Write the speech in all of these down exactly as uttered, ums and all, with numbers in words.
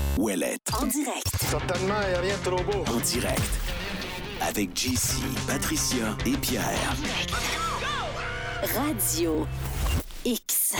Ouellette. En direct. Certainement, il n'y a rien de trop beau. En direct. Avec J C, Patricia et Pierre. Radio X.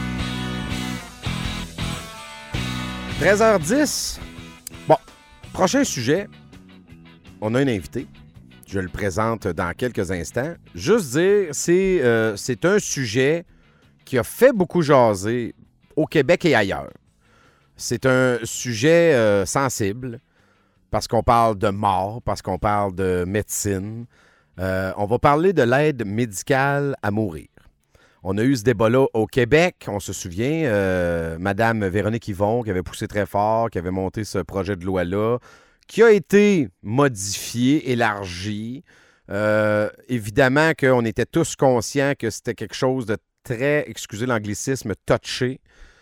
treize heures dix. Bon, prochain sujet. On a un invité. Je le présente dans quelques instants. Juste dire, c'est, euh, c'est un sujet qui a fait beaucoup jaser au Québec et ailleurs. C'est un sujet euh, sensible parce qu'on parle de mort, parce qu'on parle de médecine. Euh, on va parler de l'aide médicale à mourir. On a eu ce débat-là au Québec, on se souvient, euh, Mme Véronique Yvon qui avait poussé très fort, qui avait monté ce projet de loi-là, qui a été modifié, élargi. Euh, évidemment qu'on était tous conscients que c'était quelque chose de très, excusez l'anglicisme, touché.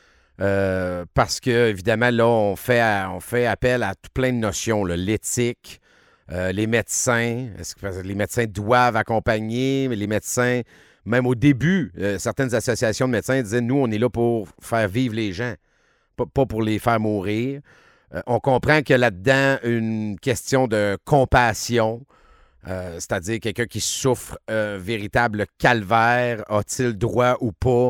Euh, parce que, évidemment, là, on fait, on fait appel à tout plein de notions, là, l'éthique, euh, les médecins, est-ce que les médecins doivent accompagner, mais les médecins, même au début, euh, certaines associations de médecins disaient, nous, on est là pour faire vivre les gens, pas, pas pour les faire mourir. Euh, on comprend qu'il y a là-dedans une question de compassion, euh, c'est-à-dire quelqu'un qui souffre un véritable calvaire, a-t-il droit ou pas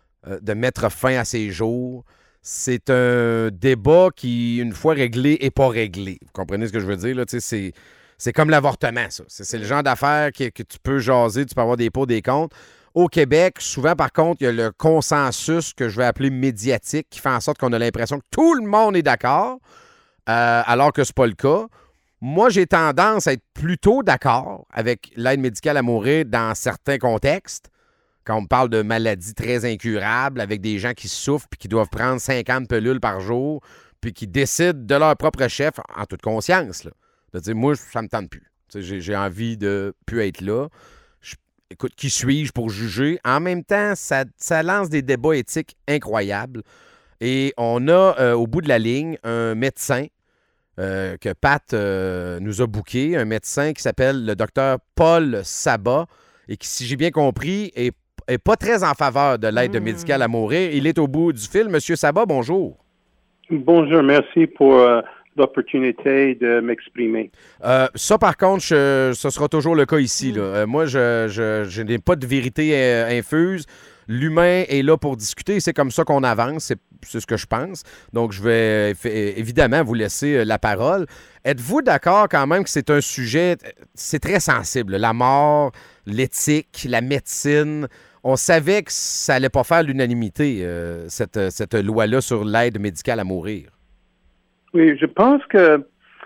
de mettre fin à ses jours. C'est un débat qui, une fois réglé, n'est pas réglé. Vous comprenez ce que je veux dire? Là? C'est, c'est comme l'avortement, ça. C'est, c'est le genre d'affaire que, que tu peux jaser, tu peux avoir des pour, des contre. Au Québec, souvent, par contre, il y a le consensus que je vais appeler médiatique qui fait en sorte qu'on a l'impression que tout le monde est d'accord, euh, alors que ce n'est pas le cas. Moi, j'ai tendance à être plutôt d'accord avec l'aide médicale à mourir dans certains contextes. Quand on parle de maladies très incurables, avec des gens qui souffrent puis qui doivent prendre cinquante pilules par jour, puis qui décident de leur propre chef, en toute conscience, là, de dire, moi, ça me tente plus. J'ai, j'ai envie de plus être là. Je, écoute, qui suis-je pour juger? En même temps, ça, ça lance des débats éthiques incroyables. Et on a, euh, au bout de la ligne, un médecin euh, que Pat euh, nous a booké, un médecin qui s'appelle le docteur Paul Sabat, et qui, si j'ai bien compris, est n'est pas très en faveur de l'aide mmh. médicale à mourir. Il est au bout du fil. Monsieur Sabat, bonjour. Bonjour, merci pour euh, l'opportunité de m'exprimer. Euh, ça, par contre, je, ce sera toujours le cas ici. Mmh. Là. Euh, moi, je, je, je n'ai pas de vérité euh, infuse. L'humain est là pour discuter. C'est comme ça qu'on avance. C'est, c'est ce que je pense. Donc, je vais euh, évidemment vous laisser euh, la parole. Êtes-vous d'accord quand même que c'est un sujet, c'est très sensible, la mort, l'éthique, la médecine. On savait que ça n'allait pas faire l'unanimité, euh, cette, cette loi-là sur l'aide médicale à mourir. Oui, je pense que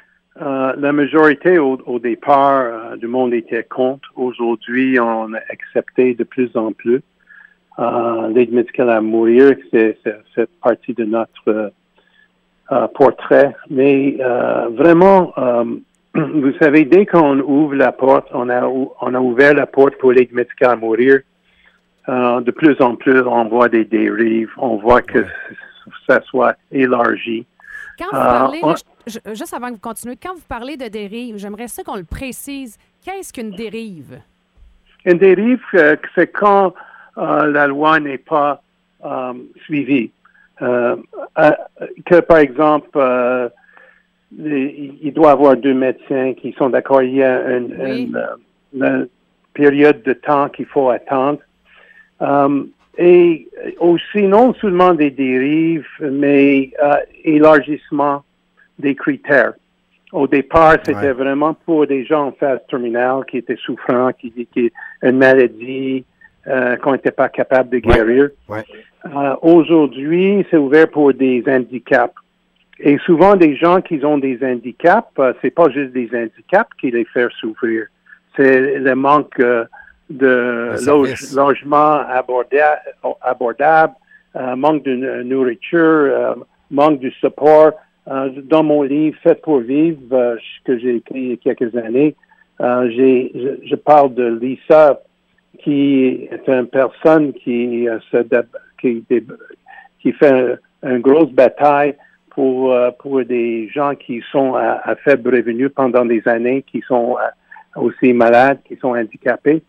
euh, la majorité au, au départ euh, du monde était contre. Aujourd'hui, on a accepté de plus en plus euh, l'aide médicale à mourir. C'est, c'est, c'est partie de notre euh, euh, portrait. Mais euh, vraiment, euh, vous savez, dès qu'on ouvre la porte, on a, on a ouvert la porte pour l'aide médicale à mourir. Euh, de plus en plus, on voit des dérives, on voit que ouais. ça soit élargi. Quand vous parlez, euh, on... là, juste avant que vous continuiez, quand vous parlez de dérive, j'aimerais ça qu'on le précise. Qu'est-ce qu'une dérive? Une dérive, euh, c'est quand euh, la loi n'est pas euh, suivie. Euh, euh, que, par exemple, euh, les, il doit y avoir deux médecins qui sont d'accord. Il y a une, oui. une, une, une période de temps qu'il faut attendre. Um, et aussi, non seulement des dérives, mais euh, élargissement des critères. Au départ, c'était ouais. vraiment pour des gens en phase terminale qui étaient souffrants, qui qui une maladie euh, qu'on n'était pas capable de guérir. Ouais. Ouais. Euh, aujourd'hui, c'est ouvert pour des handicaps. Et souvent, des gens qui ont des handicaps, euh, c'est pas juste des handicaps qui les font souffrir. C'est le manque euh, de loge, logement abordable, abordable euh, manque de nourriture, euh, manque de support. Euh, dans mon livre « Fait pour vivre euh, » que j'ai écrit il y a quelques années, euh, j'ai, je, je parle de Lisa, qui est une personne qui, euh, se, qui, qui fait une un grosse bataille pour, euh, pour des gens qui sont à, à faible revenu pendant des années, qui sont euh, aussi malades, qui sont handicapés.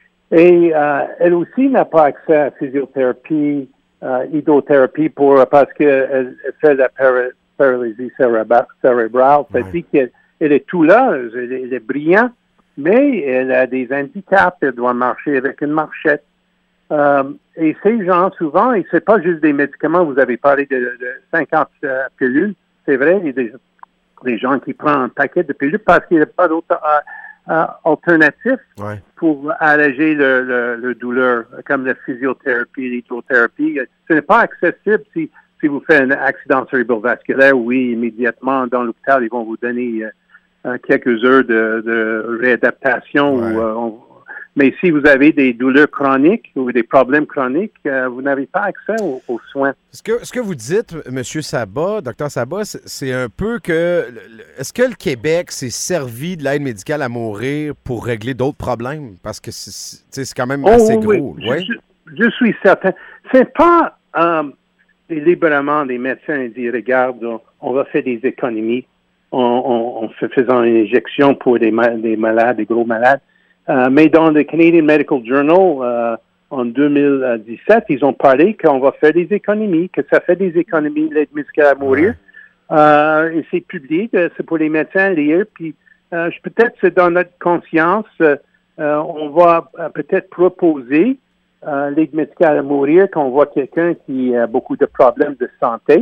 Et euh, elle aussi n'a pas accès à la physiothérapie, euh, hydrothérapie pour parce qu'elle elle fait la paralysie cérébrale. cérébrale. Ça Ouais. dit qu'elle elle est tout là, elle, elle est brillante, mais elle a des handicaps, elle doit marcher avec une marchette. Euh, et ces gens, souvent, et c'est pas juste des médicaments, vous avez parlé de, de cinquante euh, pilules, c'est vrai, il y a des, des gens qui prennent un paquet de pilules parce qu'il n'y a pas d'autre euh, euh, alternative Ouais. pour alléger le, le, le douleur, comme la physiothérapie, l'hydrothérapie. Ce n'est pas accessible si, si vous faites un accident cérébrovasculaire. Oui, immédiatement, dans l'hôpital, ils vont vous donner euh, quelques heures de, de réadaptation. Ouais. Ou, euh, on, mais si vous avez des douleurs chroniques ou des problèmes chroniques, euh, vous n'avez pas accès aux, aux soins. Ce que, ce que vous dites, M. Sabat, docteur Sabat, c'est, c'est un peu que... Est-ce que le Québec s'est servi de l'aide médicale à mourir pour régler d'autres problèmes? Parce que c'est, c'est, c'est quand même Oh, assez oui, gros. Je, Ouais. je, je suis certain. C'est pas euh, délibérément des médecins disent, regarde, on, on va faire des économies en, en, en faisant une injection pour des, ma- des malades, des gros malades. Euh, mais dans le Canadian Medical Journal, euh, en deux mille dix-sept, ils ont parlé qu'on va faire des économies, que ça fait des économies, l'aide médicale à mourir. Ouais. Euh, et c'est publié, euh, c'est pour les médecins à lire. Puis euh, je- peut-être c'est dans notre conscience, euh, euh, on va euh, peut-être proposer euh, l'aide médicale à mourir quand on voit quelqu'un qui a beaucoup de problèmes de santé.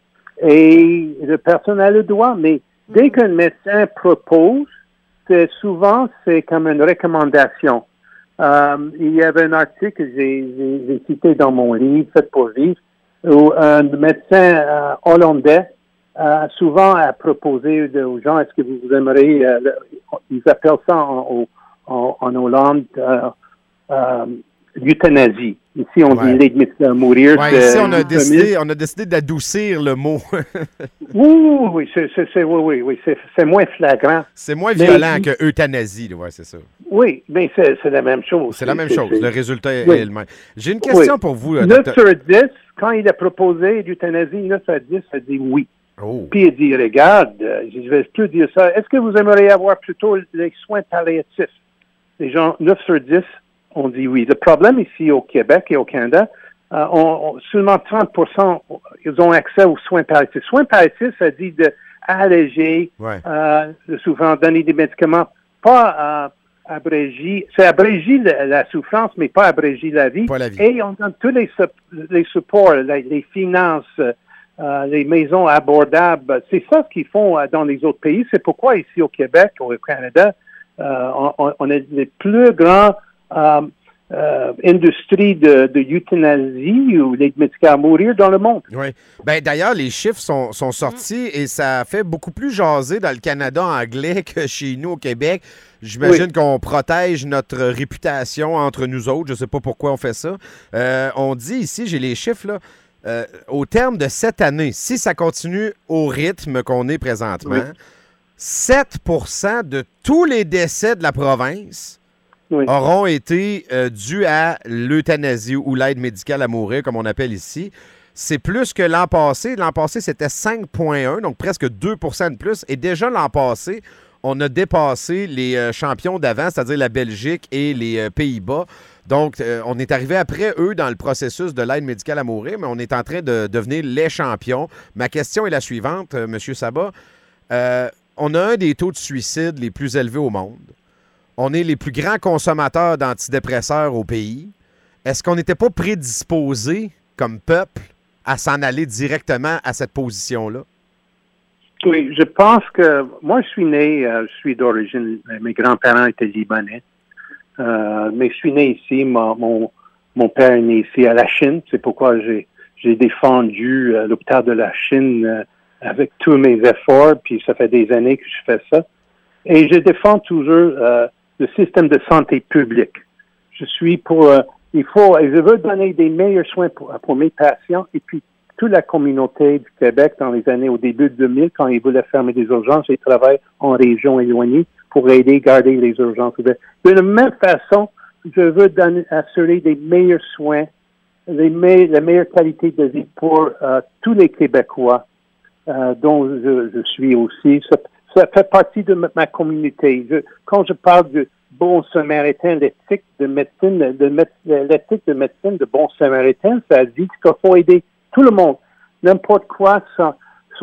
Et le personnel a le droit, mais dès qu'un médecin propose, c'est souvent, c'est comme une recommandation. Euh, il y avait un article que j'ai, j'ai, j'ai cité dans mon livre, Fait pour vivre, où un médecin euh, hollandais euh, souvent a proposé de- aux gens, est-ce que vous aimeriez, euh, le- ils appellent ça en, en, en Hollande, euh, euh, l'euthanasie. Ici, on Ouais. dit l'aide médicale à mourir. Ouais, c'est ici, on a, euphémisme. décidé, on a décidé d'adoucir le mot. Oui, oui, oui, c'est, c'est, c'est, oui, oui, oui, c'est, c'est moins flagrant. C'est moins Mais- violent que euthanasie. là. Ouais, c'est ça. Oui, mais c'est, c'est la même chose. C'est la même C'est- chose. c'est- Le résultat est Oui. est le même. J'ai une question Oui. pour vous, euh, neuf docteur. sur dix, quand il a proposé l'euthanasie, neuf à dix, a dit oui. Oh. Puis il a dit, regarde, euh, je vais plus dire ça. Est-ce que vous aimeriez avoir plutôt les soins palliatifs? Les gens, neuf sur dix, ont dit oui. Le problème ici au Québec et au Canada, euh, on, on- seulement trente pour cent ils ont accès aux soins palliatifs. Soins palliatifs, ça dit d'alléger Ouais. euh, le souffrance, donner des médicaments, pas euh, abréger, c'est abréger la, la souffrance, mais pas abréger la vie. Pas la vie. Et on donne tous les, sup- les supports, les, les finances, euh, les maisons abordables. C'est ça ce qu'ils font euh, dans les autres pays. C'est pourquoi ici au Québec, au Canada, euh, on, on a les plus grands euh, euh, industries de, de euthanasie ou l'aide médicale à mourir dans le monde. Oui. Ben, d'ailleurs, les chiffres sont, sont sortis et ça fait beaucoup plus jaser dans le Canada anglais que chez nous au Québec. J'imagine Oui. qu'on protège notre réputation entre nous autres. Je ne sais pas pourquoi on fait ça. Euh, on dit ici, j'ai les chiffres, là, euh, au terme de cette année, si ça continue au rythme qu'on est présentement, Oui. sept pour cent de tous les décès de la province Oui. auront été euh, dus à l'euthanasie ou l'aide médicale à mourir, comme on appelle ici. C'est plus que l'an passé. L'an passé, c'était cinq virgule un, donc presque deux pour cent de plus. Et déjà l'an passé, on a dépassé les euh, champions d'avant, c'est-à-dire la Belgique et les euh, Pays-Bas. Donc, euh, on est arrivé après eux dans le processus de l'aide médicale à mourir, mais on est en train de devenir les champions. Ma question est la suivante, euh, M. Sabat. Euh, on a un des taux de suicide les plus élevés au monde. On est les plus grands consommateurs d'antidépresseurs au pays. Est-ce qu'on n'était pas prédisposé comme peuple à s'en aller directement à cette position-là? Oui, je pense que moi, je suis né, euh, je suis d'origine, mes grands-parents étaient libanais, euh, mais je suis né ici, mon, mon, mon père est né ici à la Chine, c'est pourquoi j'ai, j'ai défendu euh, l'hôpital de la Chine euh, avec tous mes efforts, puis ça fait des années que je fais ça. Et je défends toujours euh, le système de santé publique. Je suis pour, euh, il faut, et je veux donner des meilleurs soins pour, pour mes patients, et puis toute la communauté du Québec dans les années au début de deux mille, quand ils voulaient fermer des urgences, ils travaillent en région éloignée pour aider à garder les urgences ouvertes. De la même façon, je veux donner, assurer des meilleurs soins, les me- la meilleure qualité de vie pour euh, tous les Québécois, euh, dont je, je suis aussi. Ça, ça fait partie de ma, ma communauté. Je, quand je parle de bon samaritain, l'éthique de médecine, de, de, l'éthique de médecine de bon samaritain, ça dit qu'il faut aider tout le monde, n'importe quoi, son,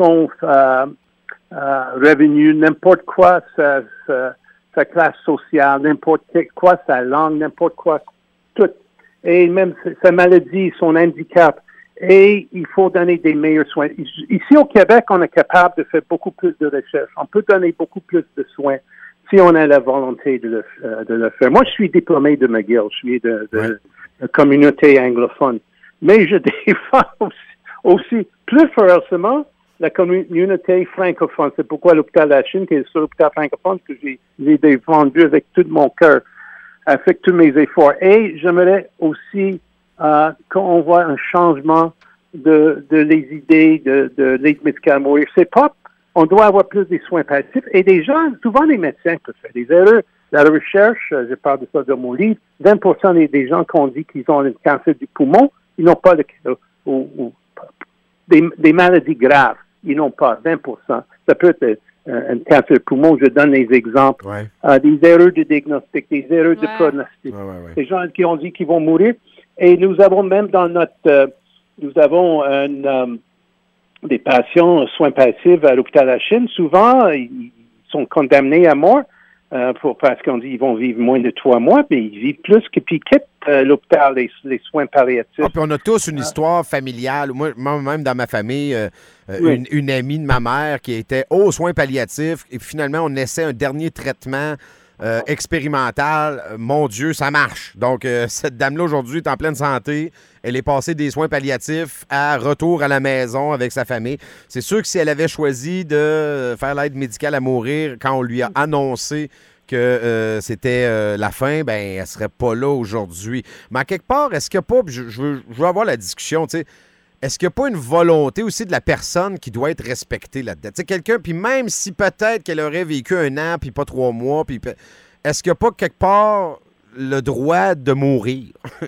son euh, euh, revenu, n'importe quoi sa, sa, sa classe sociale, n'importe quoi sa langue, n'importe quoi, tout. Et même sa maladie, son handicap. Et il faut donner des meilleurs soins. Ici au Québec, on est capable de faire beaucoup plus de recherche. On peut donner beaucoup plus de soins si on a la volonté de le, euh, de le faire. Moi, je suis diplômé de McGill. Je suis de, de, ouais. de communauté anglophone. Mais je défends aussi, aussi plus férocement la communauté francophone. C'est pourquoi l'hôpital de la Chine, qui est le seul hôpital francophone que j'ai, j'ai défendu avec tout mon cœur, avec tous mes efforts. Et j'aimerais aussi euh, qu'on voit un changement de, de les idées de, de l'aide médicale à mourir. C'est pas, on doit avoir plus des soins palliatifs. Et des gens, souvent les médecins peuvent faire des erreurs. La recherche, je parle de ça dans mon livre, vingt pour cent des, des gens qu'on dit qu'ils ont un cancer du poumon, ils n'ont pas de, ou, ou, des, des maladies graves. Ils n'ont pas vingt pour cent. Ça peut être euh, un cancer du poumon. Je donne des exemples. Ouais. Euh, des erreurs de diagnostic, des erreurs ouais. de pronostic. Ouais, ouais, ouais. Des gens qui ont dit qu'ils vont mourir. Et nous avons même dans notre... Euh, nous avons un, euh, des patients soins palliatifs à l'hôpital de la Chine. Souvent, ils sont condamnés à mort euh, pour, parce qu'on dit qu'ils vont vivre moins de trois mois, mais ils vivent plus que puis ils quittent euh, l'hôpital, les, les soins palliatifs. Ah, puis on a tous une histoire familiale. Moi, moi-même, dans ma famille, euh, oui. une, une amie de ma mère qui était aux soins palliatifs et finalement, on essaie un dernier traitement Euh, expérimental, mon Dieu, ça marche. Donc, euh, cette dame-là, aujourd'hui, est en pleine santé. Elle est passée des soins palliatifs à retour à la maison avec sa famille. C'est sûr que si elle avait choisi de faire l'aide médicale à mourir quand on lui a annoncé que euh, c'était euh, la fin, ben elle serait pas là aujourd'hui. Mais à quelque part, est-ce qu'il n'y a pas, je, je, veux, je veux avoir la discussion, tu sais, est-ce qu'il n'y a pas une volonté aussi de la personne qui doit être respectée là-dedans? Tu sais, quelqu'un, puis même si peut-être qu'elle aurait vécu un an, puis pas trois mois, puis est-ce qu'il n'y a pas quelque part le droit de mourir?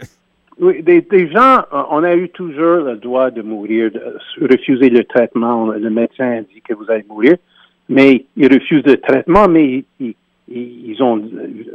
Oui, des, des gens, on a eu toujours le droit de mourir, de refuser le traitement. Le médecin dit que vous allez mourir, mais ils refusent le traitement, mais ils, ils, ils ont,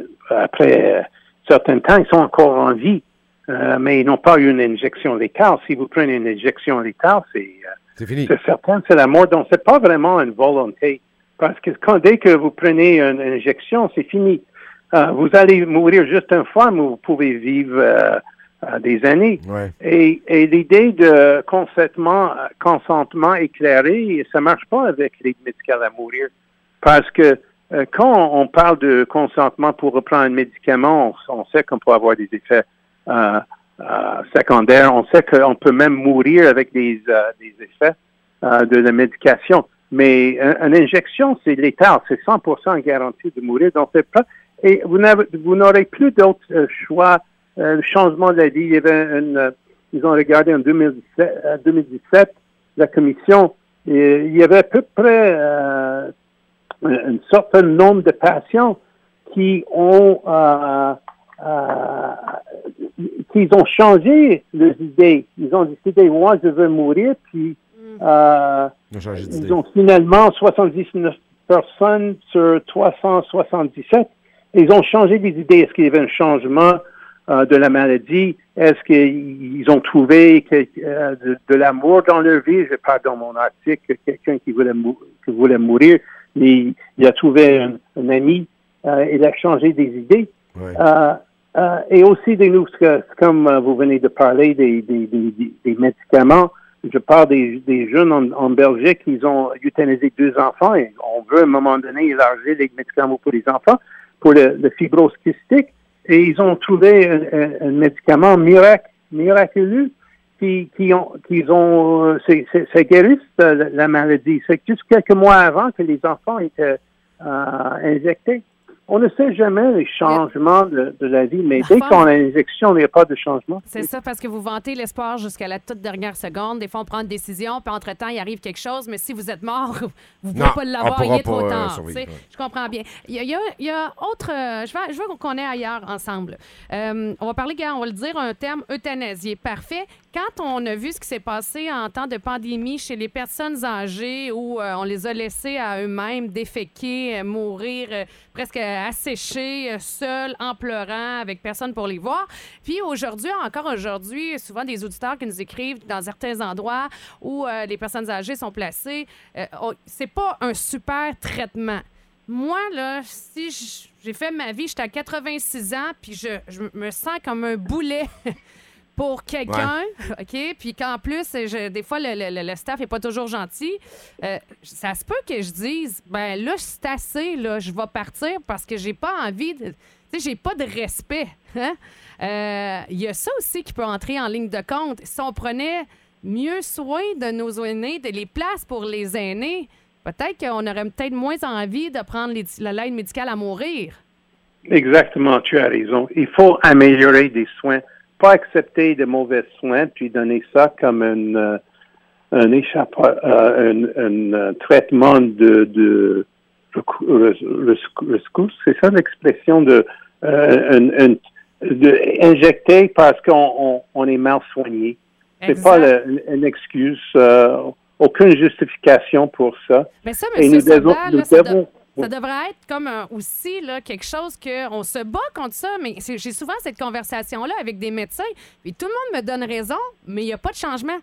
après un certain temps, ils sont encore en vie. Euh, mais ils n'ont pas eu une injection létale. Si vous prenez une injection létale, c'est, euh, c'est fini. C'est certain, c'est la mort. Donc, c'est pas vraiment une volonté. Parce que quand, dès que vous prenez une, une injection, c'est fini. Euh, vous allez mourir juste une fois, mais vous pouvez vivre euh, euh, des années. Ouais. Et, et l'idée de consentement, consentement éclairé, ça marche pas avec l'aide médicale à mourir. Parce que euh, quand on parle de consentement pour reprendre un médicament, on, on sait qu'on peut avoir des effets Euh, euh, secondaire. On sait qu'on peut même mourir avec des, euh, des effets euh, de la médication. Mais un, une injection, c'est létal. C'est cent pour cent garanti de mourir. Donc, c'est pas, et vous, n'avez, vous n'aurez plus d'autres euh, choix. Euh, le changement de la vie, il y avait une, euh, ils ont regardé en deux mille dix-sept, euh, deux mille dix-sept la commission, et il y avait à peu près euh, un certain nombre de patients qui ont euh, euh, qu'ils ont changé leurs idées. Ils ont décidé, moi, je veux mourir, puis euh, ils, ils ont finalement soixante-dix-neuf personnes sur trois cent soixante-dix-sept. Ils ont changé des idées. Est-ce qu'il y avait un changement euh, de la maladie? Est-ce qu'ils ont trouvé que, euh, de, de l'amour dans leur vie? Je parle dans mon article, quelqu'un qui voulait, mou- qui voulait mourir, mais il a trouvé un, un ami, euh, il a changé des idées. Ouais. Euh, Euh, et aussi, des nous, comme euh, vous venez de parler des, des, des, des médicaments, je parle des, des jeunes en, en Belgique, ils ont euthanasié deux enfants et on veut à un moment donné élargir les médicaments pour les enfants, pour le, le fibrose kystique, et ils ont trouvé un, un, un médicament mirac, miraculeux qui, qui ont, qui ont, c'est, c'est, ça guérit la, la maladie. C'est juste quelques mois avant que les enfants étaient euh, injectés. On ne sait jamais les changements de, de la vie, mais dès qu'on a une injection, il n'y a pas de changement. C'est ça, parce que vous vantez l'espoir jusqu'à la toute dernière seconde. Des fois, on prend une décision, puis entre-temps, il arrive quelque chose, mais si vous êtes mort, vous ne pouvez pas l'avoir, il est trop pas, tard. Euh, ouais. Je comprends bien. Il y a, il y a, il y a autre... Euh, je, veux, je veux qu'on ait ailleurs ensemble. Euh, on va parler, on va le dire, un terme euthanasié. Parfait. Quand on a vu ce qui s'est passé en temps de pandémie chez les personnes âgées où euh, on les a laissés à eux-mêmes déféquer, euh, mourir euh, presque euh, asséchés, euh, seuls, en pleurant, avec personne pour les voir. Puis aujourd'hui, encore aujourd'hui, souvent des auditeurs qui nous écrivent dans certains endroits où euh, les personnes âgées sont placées, euh, oh, c'est pas un super traitement. Moi, là, si j- j'ai fait ma vie, j'étais à quatre-vingt-six ans, puis je, je me sens comme un boulet pour quelqu'un, OK? Puis qu'en plus, je- des fois, le, le- le staff n'est pas toujours gentil. Euh, ça se peut que je dise, ben là, c'est assez, là, je vais partir parce que j'ai pas envie de... Tu sais, j'ai pas de respect. Hein? Euh, Il y a ça aussi qui peut entrer en ligne de compte. Si on prenait mieux soin de nos aînés, de les places pour les aînés, peut-être qu'on aurait peut-être moins envie de prendre les- la l'aide médicale à mourir. Exactement, tu as raison. Il faut améliorer des soins, pas accepter de mauvais soins, puis donner ça comme un, euh, un, échappa- euh, un, un, euh, traitement de, de recou- res- res- rescousse, c'est ça l'expression de, euh, un- un- de injecter parce qu'on on, on est mal soigné. C'est Exact. pas le- une excuse, euh, aucune justification pour ça. Mais ça, Et M. nous Sabah, devons- là, nous ça, devons- de- ça devrait être comme un- aussi là, quelque chose qu'on se bat contre ça, mais c'est- j'ai souvent cette conversation-là avec des médecins, puis tout le monde me donne raison, mais il n'y a pas de changement.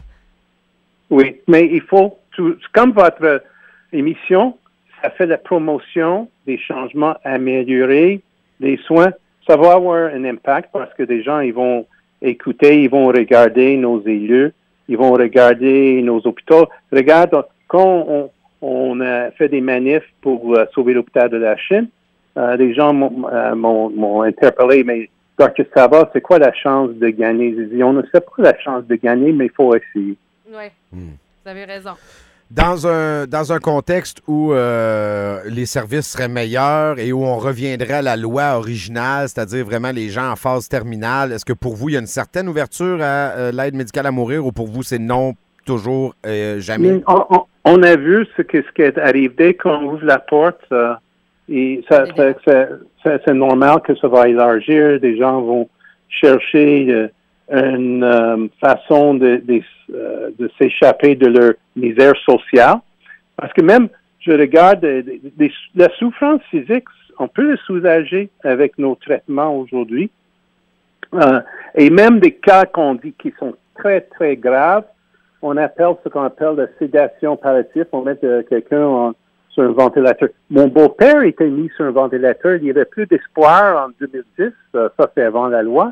Oui, mais il faut, tout- comme votre émission, ça fait la promotion des changements améliorés, des soins, ça va avoir un impact parce que des gens, ils vont écouter, ils vont regarder nos élus, ils vont regarder nos hôpitaux. Regarde, quand on, on a fait des manifs pour euh, sauver l'hôpital de la Chine, euh, les gens m'ont, euh, m'ont, m'ont interpellé, mais docteur Sabah, c'est quoi la chance de gagner? J'ai dit, on ne sait pas la chance de gagner, mais il faut essayer. Oui, vous avez raison. Dans un, dans un contexte où euh, les services seraient meilleurs et où on reviendrait à la loi originale, c'est-à-dire vraiment les gens en phase terminale, est-ce que pour vous, il y a une certaine ouverture à euh, l'aide médicale à mourir ou pour vous, c'est non, toujours, euh, jamais? On, on, on a vu ce, que, ce qui est arrivé dès qu'on ouvre la porte. euh, et ça, ça, ça, ça- c'est normal que ça va élargir. Des gens vont chercher euh, une euh, façon de, de, euh, de s'échapper de leur misère sociale. Parce que même, je regarde euh, des- des- la souffrance physique, on peut le soulager avec nos traitements aujourd'hui. Euh, et même des cas qu'on dit qui sont très, très graves, on appelle ce qu'on appelle la sédation palliative. On met euh, quelqu'un en- sur un ventilateur. Mon beau-père était mis sur un ventilateur. Il n'y avait plus d'espoir en deux mille dix. Euh, ça, c'est avant la loi.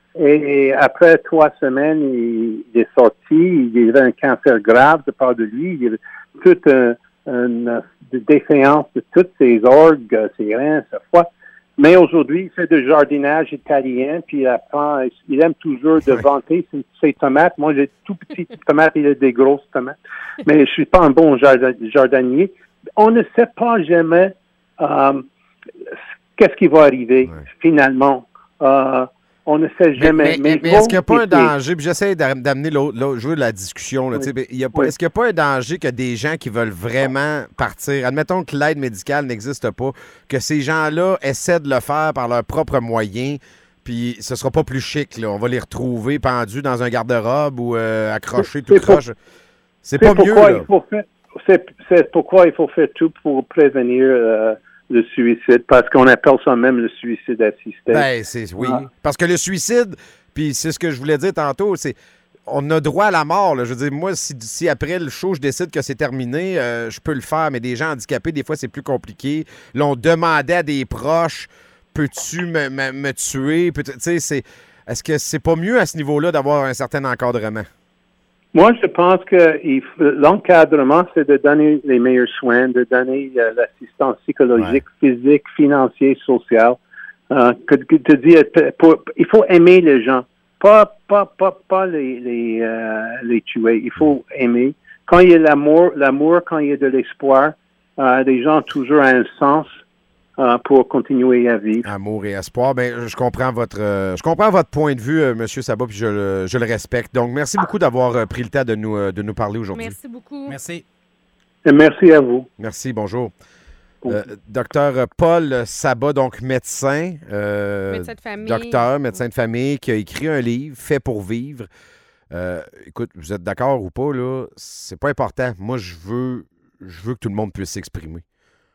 Et, et après trois semaines, il, il est sorti. Il y avait un cancer grave de part de lui. Il y avait toute un- une défaillance de tous ses orgues, ses reins, sa foie. Mais aujourd'hui, il fait du jardinage italien, puis il apprend, il aime toujours de vanter ses, ses tomates. Moi, j'ai tout petites tomates, il a des grosses tomates. Mais je suis pas un bon jardin- jardinier. On ne sait pas jamais euh, qu'est-ce qui va arriver Ouais. finalement. Euh, on ne sait Mais, jamais. mais- mais- mais il est-ce faut qu'il n'y a pas un essayer. danger? Puis j'essaie d'am- d'amener l'autre, l'autre- je veux la discussion. Là, Oui. tu sais, mais il y a pas- Oui. Est-ce qu'il n'y a pas un danger que des gens qui veulent vraiment partir, admettons que l'aide médicale n'existe pas, que ces gens-là essaient de le faire par leurs propres moyens, puis ce sera pas plus chic. Là. On va les retrouver pendus dans un garde-robe ou euh, accrochés tout C'est pour- croche. C'est C'est pas mieux. pourquoi Là. il faut faire. C'est, c'est pourquoi il faut faire tout pour prévenir euh, le suicide, parce qu'on appelle ça même le suicide assisté. Ben, c'est oui. Ah. Parce que le suicide, puis c'est ce que je voulais dire tantôt, c'est on a droit à la mort. Là. Je veux dire, moi, si, si après le show, je décide que c'est terminé, euh, je peux le faire, mais des gens handicapés, des fois, c'est plus compliqué. Là, on demandait à des proches, peux-tu me, me- me tuer? Peux-tu- tu sais, c'est, est-ce que c'est pas mieux à ce niveau-là d'avoir un certain encadrement? Moi, je pense que il f- l'encadrement, c'est de donner les meilleurs soins, de donner euh, l'assistance psychologique, physique, financière, sociale. Euh, que, que te dire, p- pour- il faut aimer les gens, pas pas pas pas les les, euh, les tuer. Il faut aimer. Quand il y a l'amour, l'amour, quand il y a de l'espoir, euh, les gens ont toujours un sens euh, pour continuer à vivre. Amour et espoir. Ben, je comprends votre, euh, je comprends votre point de vue, euh, M. Sabah, puis je, le- je le respecte. Donc, merci beaucoup d'avoir euh, pris le temps de nous, euh, de nous parler aujourd'hui. Merci beaucoup. Merci. Et merci à vous. Merci, bonjour. Euh, docteur Paul Sabah, donc médecin, euh, Médecin de famille. docteur, médecin de famille, qui a écrit un livre, Fait pour vivre. Euh, écoute, vous êtes d'accord ou pas, là, c'est pas important. Moi, je veux, je veux que tout le monde puisse s'exprimer.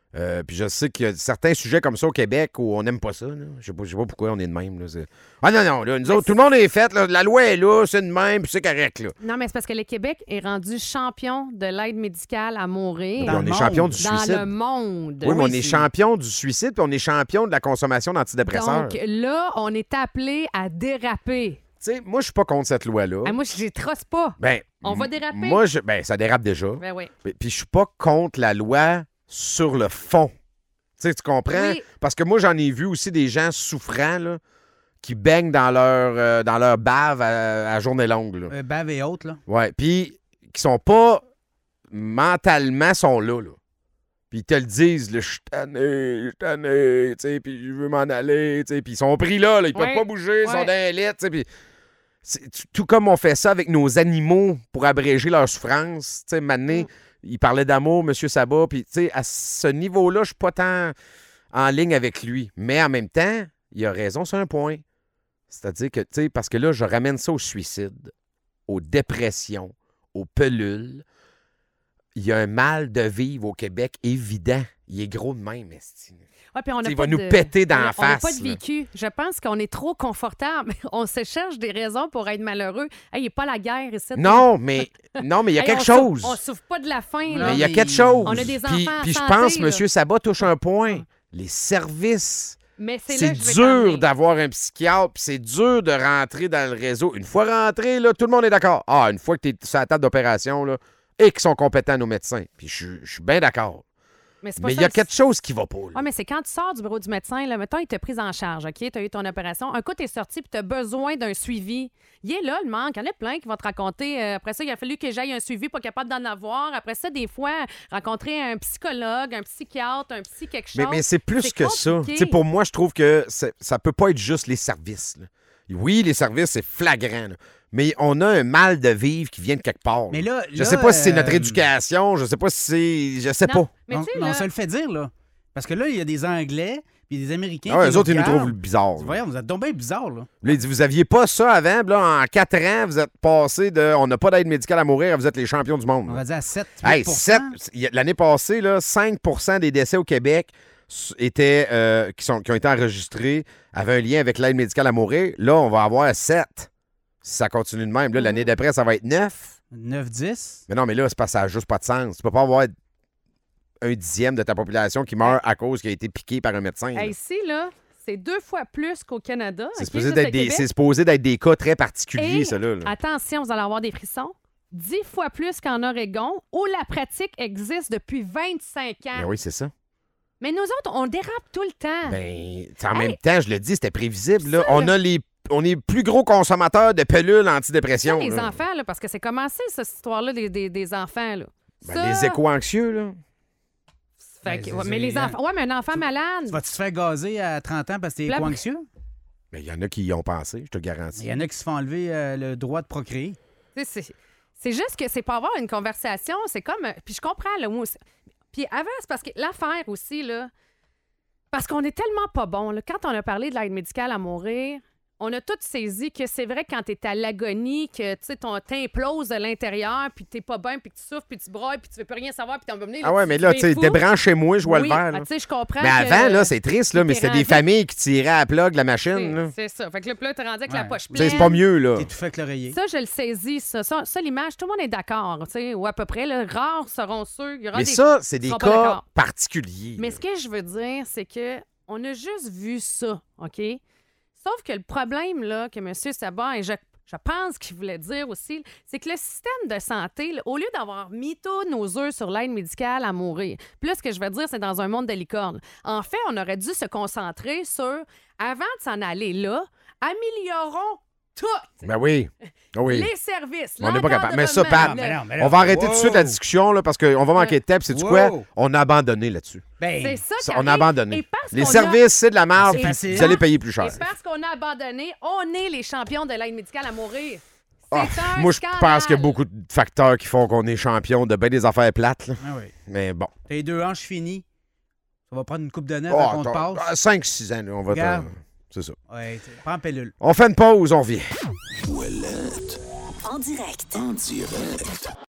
Euh, puis je sais qu'il y a certains sujets comme ça au Québec où on n'aime pas ça. Là. Je sais pas, je sais pas pourquoi on est de même. Là. Ah non, non, là, nous autres, tout le monde est fait. Là. La loi est là, c'est de même, puis c'est correct. Là. Non, mais c'est parce que le Québec est rendu champion de l'aide médicale à mourir. Puis on est champion du dans suicide. le monde. Oui, mais on Oui, est c'est- champion du suicide, puis on est champion de la consommation d'antidépresseurs. Donc là, on est appelé à déraper. Tu sais, moi, je suis pas contre cette loi-là. Ah, moi, je les trosse pas. Ben, On va m- déraper? Moi, je, ben, ça dérape déjà. Ben oui. Puis puis je suis pas contre la loi sur le fond. Tu sais, tu comprends? Oui. Parce que moi, j'en ai vu aussi des gens souffrants là, qui baignent dans leur, euh, dans leur bave à, à journée longue. Là. Euh, bave et autres, là. Ouais. Puis qui sont pas mentalement sont là. là. Puis ils te le disent, là, je suis tanné, je suis tanné, tu sais, puis je veux m'en aller, tu sais. Puis ils sont pris là, là ils peuvent Ouais. pas bouger, ils sont Ouais. dans les lettres, tu sais. Puis c'est t- tout comme on fait ça avec nos animaux pour abréger leur souffrance. Tu sais, maintenant, Mm. il parlait d'amour, M. Sabat, puis tu sais, à ce niveau-là, je suis pas tant en ligne avec lui. Mais en même temps, il a raison sur un point. C'est-à-dire que, tu sais, parce que là, je ramène ça au suicide, aux dépressions, aux pelules. Il y a un mal de vivre au Québec évident. Il est gros de même, esti. Ouais, puis on a Il pas va nous de- péter dans on a- la On n'a face, pas de là. vécu. Je pense qu'on est trop confortable. On se cherche des raisons pour être malheureux. Hey, il n'est pas la guerre ici. Non, mais non, mais il y a Hey, quelque on souffre- chose. On souffre pas de la faim. Non, Là. Mais il y a mais quelque chose. on a des Puis- enfants en Puis je santé, pense, là. M. Sabat touche un point. Les services. Mais c'est, C'est là que je vais t'en dur venir. d'avoir un psychiatre, puis c'est dur de rentrer dans le réseau. Une fois rentré, là, tout le monde est d'accord. Ah, une fois que tu es sur la table d'opération, là, et qu'ils sont compétents, nos médecins. Puis je suis- je suis bien d'accord. Mais c'est pas Mais ça il y a le- quelque chose qui va pas. là. Oui, mais c'est quand tu sors du bureau du médecin, là, mettons, il t'a pris en charge, OK? Tu as eu ton opération. Un coup, tu es sorti puis tu as besoin d'un suivi. Il est là, le manque. Il y en a plein qui vont te raconter. euh, après ça, il a fallu que j'aille un suivi, pas capable d'en avoir. Après ça, des fois, rencontrer un psychologue, un psychiatre, un psy quelque chose. Mais, mais c'est plus C'est que ça. compliqué. Tu sais, pour moi, je trouve que c'est- ça peut pas être juste les services. là. Oui, les services, c'est flagrant. là. Mais on a un mal de vivre qui vient de quelque part. Mais là. là, Je là, sais pas si c'est notre euh, éducation, je sais pas si c'est. Je sais Non, pas. mais on, tu sais, mais on là, se le fait dire, là. Parce que là, il y a des Anglais puis des Américains. Ah, qui eux autres, ils nous regardent. trouvent bizarre. là. Voyons, vous êtes donc bien bizarre, là. Là, il dit, vous aviez pas ça avant, puis là, en quatre ans, vous êtes passé de on n'a pas d'aide médicale à mourir, vous êtes les champions du monde. On va dire à sept Hey, huit pour sept cent. il y a- l'année passée, là, cinq pour cent des décès au Québec s- étaient, euh, qui, sont, qui ont été enregistrés avaient un lien avec l'aide médicale à mourir. Là, on va avoir sept. Si ça continue de même. Là, l'année d'après, ça va être neuf. neuf dix. Mais non, mais là, c'est parce que ça n'a juste pas de sens. Tu peux pas avoir un dixième de ta population qui meurt à cause qu'il a été piqué par un médecin. là. hey, ici, là, c'est deux fois plus qu'au Canada. c'est, OK? supposé Ça, d'être c'est des, Québec. c'est supposé d'être des cas très particuliers, Et- ça, là. là. Attention, vous allez avoir des frissons. Dix fois plus qu'en Oregon, où la pratique existe depuis vingt-cinq ans. Ben oui, c'est ça. Mais nous autres, on dérape tout le temps. Ben, t'sais, en Hey. même temps, je le dis, c'était prévisible. Là. Ça, On là. a les on est plus gros consommateurs de pilules Ça, antidépression. les là. enfants, là, parce que c'est commencé, cette histoire-là, des, des, des enfants. Là. Ben, Ça, les éco-anxieux, là. fait Ben, que- c'est- ouais, mais c'est- les enfants. Ouais, mais un enfant malade. Tu vas-tu te faire gazer à trente ans parce que t'es La- éco-anxieux? Mais il y en a qui y ont pensé, je te garantis. Il y en a qui se font enlever euh, le droit de procréer. Tu sais, C'est c'est juste que c'est pas avoir une conversation. C'est comme. euh, Puis je comprends, là. Moi aussi. Puis avant, c'est parce que l'affaire aussi, là. Parce qu'on est tellement pas bon. Là. Quand on a parlé de l'aide médicale à mourir, on a tous saisi que c'est vrai que quand t'es à l'agonie, que tu sais, ton t'imploses de l'intérieur, puis t'es pas bien, puis que tu souffres, puis tu brailles, puis tu veux plus rien savoir, puis t'en vas venir. Ah ouais, mais là, tu sais, débranchez-moi, je vois oui, le verre. ah, là. tu sais, je comprends. Mais que- avant, là, c'est triste, là, mais t'es c'était des rendu- familles qui tiraient à la plug la machine. là. C'est c'est ça. Fait que là, puis là, t'es rendu avec la Ouais. poche Tu sais, pleine. c'est pas mieux, là. T'es tout fait avec l'oreiller. Ça, je le saisis, ça. Ça, ça, l'image, tout le monde est d'accord, tu sais, ou à peu près. Là, rares seront ceux. Il y aura Mais des... ça, c'est des seront pas cas d'accord. particuliers. Mais là. ce que je veux dire, c'est que on a juste vu ça, OK? Sauf que le problème, là, que M. Sabat, et je, je pense qu'il voulait dire aussi, c'est que le système de santé, là, au lieu d'avoir mis tous nos œufs sur l'aide médicale à mourir, puis là, ce que je veux dire, c'est dans un monde de licorne. En fait, on aurait dû se concentrer sur, avant de s'en aller là, améliorons tout. Ben oui. Ah oui. Les services, On n'est pas capable. Mais ça, l'encadrement, Pat, le- mais non, mais là, On va arrêter wow. tout de suite la discussion, là, parce qu'on va manquer de temps. Puis c'est-tu Wow. quoi? On a abandonné là-dessus. Ben, C'est ça, Ça, qui on a arrive. abandonné. Et parce Les qu'on a- services, c'est de la merde, C'est puis facile. vous allez payer plus cher. Et parce qu'on a abandonné, on est les champions de l'aide médicale à mourir. C'est Ah, un moi, je scandale. pense qu'il y a beaucoup de facteurs qui font qu'on est champion de bien des affaires plates. là. ah oui. Mais bon. T'as les deux hanches finies. Ça va prendre une coupe de neuf Oh, avant qu'on te attends, passe. cinq six ans, là, on va te- Regarde. C'est ça. Ouais, t'sais, prends pilule. On fait une pause, on revient. Ouellette, En direct. en direct.